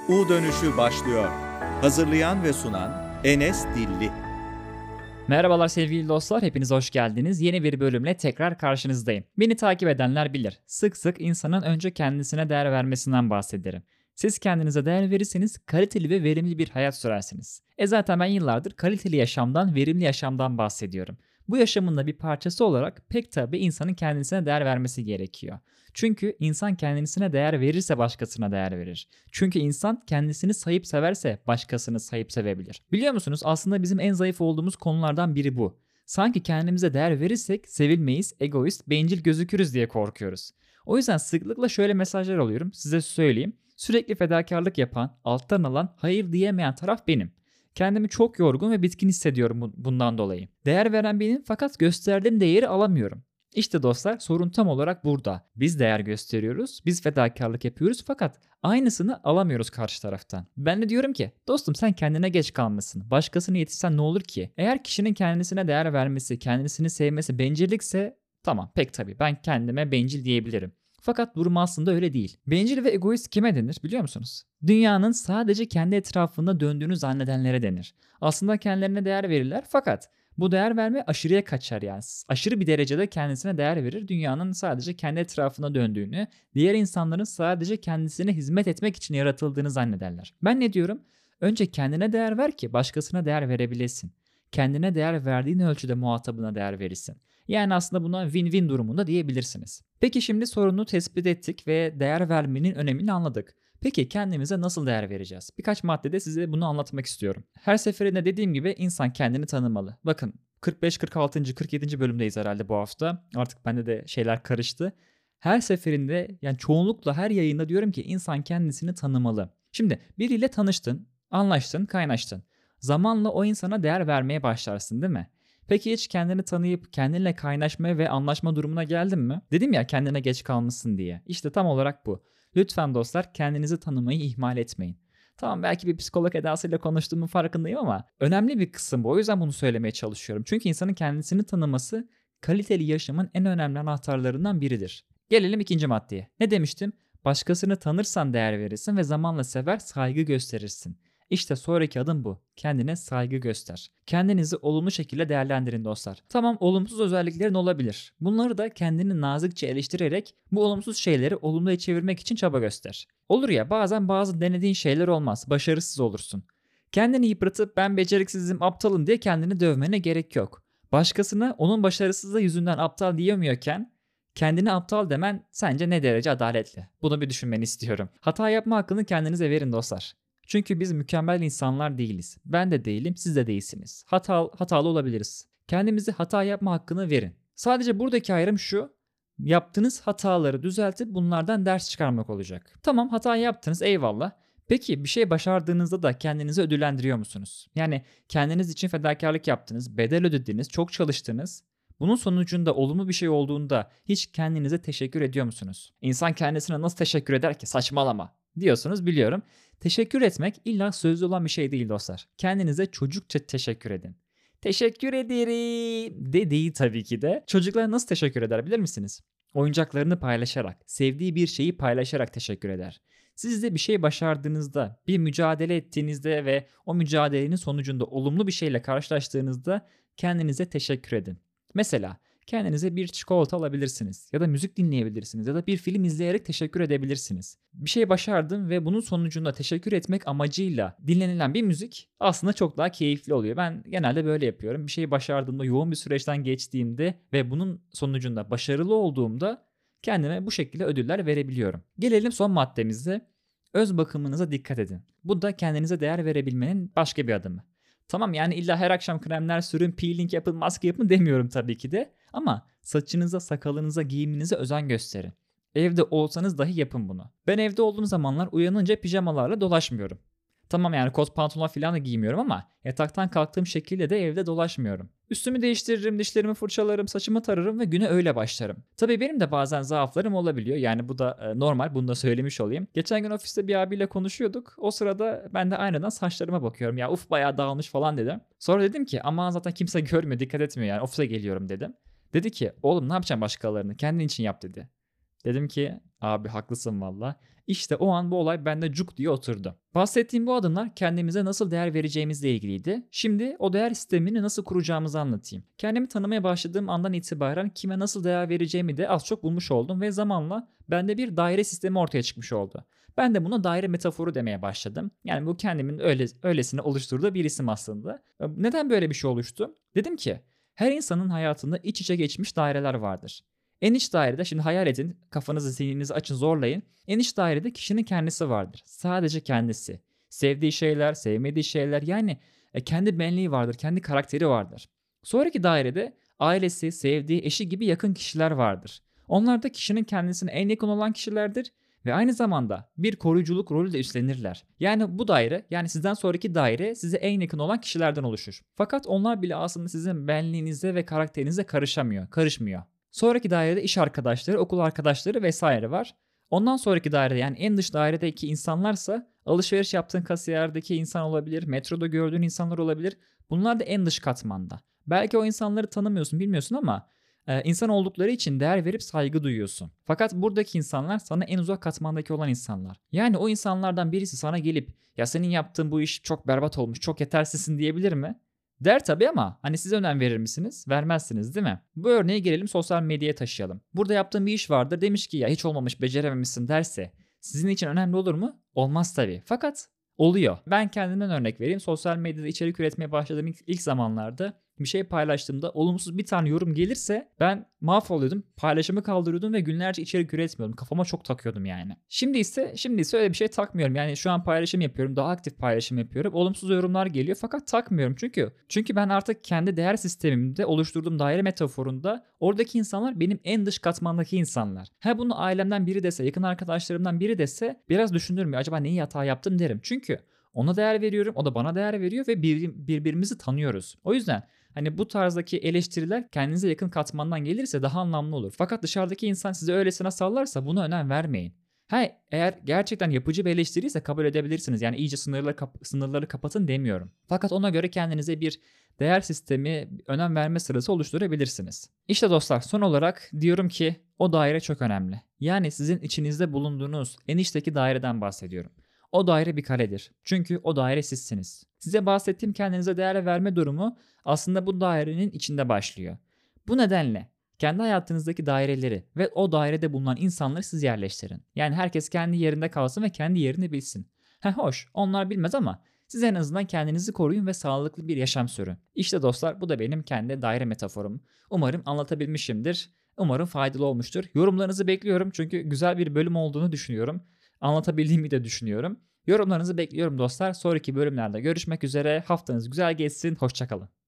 U dönüşü başlıyor. Hazırlayan ve sunan Enes Dilli. Merhabalar sevgili dostlar, hepiniz hoş geldiniz. Yeni bir bölümle tekrar karşınızdayım. Beni takip edenler bilir. Sık sık insanın önce kendisine değer vermesinden bahsederim. Siz kendinize değer verirseniz kaliteli ve verimli bir hayat sürersiniz. Zaten ben yıllardır kaliteli yaşamdan, verimli yaşamdan bahsediyorum. Bu yaşamın da bir parçası olarak pek tabii insanın kendisine değer vermesi gerekiyor. Çünkü insan kendisine değer verirse başkasına değer verir. Çünkü insan kendisini sayıp severse başkasını sayıp sevebilir. Biliyor musunuz, aslında bizim en zayıf olduğumuz konulardan biri bu. Sanki kendimize değer verirsek sevilmeyiz, egoist, bencil gözükürüz diye korkuyoruz. O yüzden sıklıkla şöyle mesajlar alıyorum, size söyleyeyim. Sürekli fedakarlık yapan, alttan alan, hayır diyemeyen taraf benim. Kendimi çok yorgun ve bitkin hissediyorum bundan dolayı. Değer veren benim fakat gösterdiğim değeri alamıyorum. İşte dostlar, sorun tam olarak burada. Biz değer gösteriyoruz, biz fedakarlık yapıyoruz fakat aynısını alamıyoruz karşı taraftan. Ben de diyorum ki dostum, sen kendine geç kalmışsın. Başkasına yetişsen ne olur ki? Eğer kişinin kendisine değer vermesi, kendisini sevmesi bencillikse tamam, pek tabii ben kendime bencil diyebilirim. Fakat durum aslında öyle değil. Bencil ve egoist kime denir biliyor musunuz? Dünyanın sadece kendi etrafında döndüğünü zannedenlere denir. Aslında kendilerine değer verirler fakat bu değer verme aşırıya kaçar yani. Aşırı bir derecede kendisine değer verir. Dünyanın sadece kendi etrafına döndüğünü, diğer insanların sadece kendisine hizmet etmek için yaratıldığını zannederler. Ben ne diyorum? Önce kendine değer ver ki başkasına değer verebilesin. Kendine değer verdiğin ölçüde muhatabına değer verirsin. Yani aslında buna win-win durumunda diyebilirsiniz. Peki şimdi sorunu tespit ettik ve değer vermenin önemini anladık. Peki kendimize nasıl değer vereceğiz? Birkaç maddede size bunu anlatmak istiyorum. Her seferinde dediğim gibi insan kendini tanımalı. Bakın 45, 46, 47. bölümdeyiz herhalde bu hafta. Artık bende de şeyler karıştı. Her seferinde, yani çoğunlukla her yayında diyorum ki insan kendisini tanımalı. Şimdi biriyle tanıştın, anlaştın, kaynaştın. Zamanla o insana değer vermeye başlarsın, değil mi? Peki hiç kendini tanıyıp kendinle kaynaşmaya ve anlaşma durumuna geldin mi? Dedim ya, kendine geç kalmışsın diye. İşte tam olarak bu. Lütfen dostlar, kendinizi tanımayı ihmal etmeyin. Tamam, belki bir psikolog edasıyla konuştuğumun farkındayım ama önemli bir kısım bu. O yüzden bunu söylemeye çalışıyorum. Çünkü insanın kendisini tanıması kaliteli yaşamın en önemli anahtarlarından biridir. Gelelim ikinci maddeye. Ne demiştim? Başkasını tanırsan değer verirsin ve zamanla sever, saygı gösterirsin. İşte sonraki adım bu. Kendine saygı göster. Kendinizi olumlu şekilde değerlendirin dostlar. Tamam, olumsuz özelliklerin olabilir. Bunları da kendini nazikçe eleştirerek bu olumsuz şeyleri olumluya çevirmek için çaba göster. Olur ya, bazen bazı denediğin şeyler olmaz. Başarısız olursun. Kendini yıpratıp ben beceriksizim, aptalım diye kendini dövmene gerek yok. Başkasına onun başarısızlığı yüzünden aptal diyemiyorken kendine aptal demen sence ne derece adaletli? Bunu bir düşünmeni istiyorum. Hata yapma hakkını kendinize verin dostlar. Çünkü biz mükemmel insanlar değiliz. Ben de değilim, siz de değilsiniz. Hatalı olabiliriz. Kendimize hata yapma hakkını verin. Sadece buradaki ayrım şu: yaptığınız hataları düzeltip bunlardan ders çıkarmak olacak. Tamam, hata yaptınız, eyvallah. Peki bir şey başardığınızda da kendinizi ödüllendiriyor musunuz? Yani kendiniz için fedakarlık yaptınız, bedel ödediniz, çok çalıştınız. Bunun sonucunda olumlu bir şey olduğunda hiç kendinize teşekkür ediyor musunuz? İnsan kendisine nasıl teşekkür eder ki? Saçmalama diyorsunuz, biliyorum. Teşekkür etmek illa sözlü olan bir şey değil dostlar. Kendinize çocukça teşekkür edin. Teşekkür ederim de değil tabii ki de. Çocuklar nasıl teşekkür eder bilir misiniz? Oyuncaklarını paylaşarak, sevdiği bir şeyi paylaşarak teşekkür eder. Siz de bir şey başardığınızda, bir mücadele ettiğinizde ve o mücadelenin sonucunda olumlu bir şeyle karşılaştığınızda kendinize teşekkür edin. Mesela kendinize bir çikolata alabilirsiniz ya da müzik dinleyebilirsiniz ya da bir film izleyerek teşekkür edebilirsiniz. Bir şey başardım ve bunun sonucunda teşekkür etmek amacıyla dinlenilen bir müzik aslında çok daha keyifli oluyor. Ben genelde böyle yapıyorum. Bir şeyi başardığımda, yoğun bir süreçten geçtiğimde ve bunun sonucunda başarılı olduğumda kendime bu şekilde ödüller verebiliyorum. Gelelim son maddemize. Öz bakımınıza dikkat edin. Bu da kendinize değer verebilmenin başka bir adımı. Tamam, yani illa her akşam kremler sürün, peeling yapın, maske yapın demiyorum tabii ki de. Ama saçınıza, sakalınıza, giyiminize özen gösterin. Evde olsanız dahi yapın bunu. Ben evde olduğum zamanlar uyanınca pijamalarla dolaşmıyorum. Tamam, yani kot pantolon falan da giymiyorum ama yataktan kalktığım şekilde de evde dolaşmıyorum. Üstümü değiştiririm, dişlerimi fırçalarım, saçımı tararım ve güne öyle başlarım. Tabii benim de bazen zaaflarım olabiliyor. Yani bu da normal, bunu da söylemiş olayım. Geçen gün ofiste bir abiyle konuşuyorduk. O sırada ben de aynadan saçlarıma bakıyorum. Ya uf, bayağı dağılmış falan dedim. Sonra dedim ki aman zaten kimse görmüyor, dikkat etmiyor, yani ofise geliyorum dedim. Dedi ki oğlum ne yapacaksın başkalarını, kendin için yap dedi. Dedim ki abi haklısın valla. İşte o an bu olay bende cuk diye oturdu. Bahsettiğim bu adımlar kendimize nasıl değer vereceğimizle ilgiliydi. Şimdi o değer sistemini nasıl kuracağımızı anlatayım. Kendimi tanımaya başladığım andan itibaren kime nasıl değer vereceğimi de az çok bulmuş oldum ve zamanla bende bir daire sistemi ortaya çıkmış oldu. Ben de buna daire metaforu demeye başladım. Yani bu kendimin öylesine oluşturduğu bir isim aslında. Neden böyle bir şey oluştu? Dedim ki her insanın hayatında iç içe geçmiş daireler vardır. En iç dairede şimdi hayal edin, kafanızı zihninizi açın zorlayın. En iç dairede kişinin kendisi vardır. Sadece kendisi. Sevdiği şeyler, sevmediği şeyler yani kendi benliği vardır, kendi karakteri vardır. Sonraki dairede ailesi, sevdiği, eşi gibi yakın kişiler vardır. Onlar da kişinin kendisine en yakın olan kişilerdir ve aynı zamanda bir koruyuculuk rolü de üstlenirler. Yani bu daire, yani sizden sonraki daire size en yakın olan kişilerden oluşur. Fakat onlar bile aslında sizin benliğinize ve karakterinize karışmıyor. Sonraki dairede iş arkadaşları, okul arkadaşları vesaire var. Ondan sonraki dairede yani en dış dairedeki insanlarsa alışveriş yaptığın kasiyerdeki insan olabilir, metroda gördüğün insanlar olabilir. Bunlar da en dış katmanda. Belki o insanları tanımıyorsun, bilmiyorsun ama insan oldukları için değer verip saygı duyuyorsun. Fakat buradaki insanlar sana en uzak katmandaki olan insanlar. Yani o insanlardan birisi sana gelip ya senin yaptığın bu iş çok berbat olmuş, çok yetersizsin diyebilir mi? Der tabii ama hani siz önem verir misiniz? Vermezsiniz değil mi? Bu örneği gelelim sosyal medyaya taşıyalım. Burada yaptığım bir iş vardır demiş ki ya hiç olmamış becerememişsin derse sizin için önemli olur mu? Olmaz tabii. Fakat oluyor. Ben kendimden örnek vereyim. Sosyal medyada içerik üretmeye başladığım ilk zamanlarda bir şey paylaştığımda olumsuz bir tane yorum gelirse ben mahvoluyordum. Paylaşımı kaldırıyordum ve günlerce içerik üretmiyordum. Kafama çok takıyordum yani. Şimdi ise öyle bir şey takmıyorum. Yani şu an paylaşım yapıyorum. Daha aktif paylaşım yapıyorum. Olumsuz yorumlar geliyor fakat takmıyorum. Çünkü ben artık kendi değer sistemimde oluşturduğum daire metaforunda oradaki insanlar benim en dış katmandaki insanlar. Bunu ailemden biri dese, yakın arkadaşlarımdan biri dese biraz düşünürüm ya acaba neyi hata yaptım derim. Çünkü ona değer veriyorum, o da bana değer veriyor ve birbirimizi tanıyoruz. O yüzden hani bu tarzdaki eleştiriler kendinize yakın katmandan gelirse daha anlamlı olur. Fakat dışarıdaki insan size öylesine sallarsa buna önem vermeyin. Eğer gerçekten yapıcı bir eleştiriyse kabul edebilirsiniz. Yani iyice sınırları kapatın demiyorum. Fakat ona göre kendinize bir değer sistemi, önem verme sırası oluşturabilirsiniz. İşte dostlar son olarak diyorum ki o daire çok önemli. Yani sizin içinizde bulunduğunuz en içteki daireden bahsediyorum. O daire bir kaledir. Çünkü o daire sizsiniz. Size bahsettiğim kendinize değer verme durumu aslında bu dairenin içinde başlıyor. Bu nedenle kendi hayatınızdaki daireleri ve o dairede bulunan insanları siz yerleştirin. Yani herkes kendi yerinde kalsın ve kendi yerini bilsin. Hoş, onlar bilmez ama siz en azından kendinizi koruyun ve sağlıklı bir yaşam sürün. İşte dostlar bu da benim kendi daire metaforum. Umarım anlatabilmişimdir. Umarım faydalı olmuştur. Yorumlarınızı bekliyorum çünkü güzel bir bölüm olduğunu düşünüyorum. Anlatabildiğimi de düşünüyorum. Yorumlarınızı bekliyorum dostlar. Sonraki bölümlerde görüşmek üzere. Haftanız güzel geçsin. Hoşça kalın.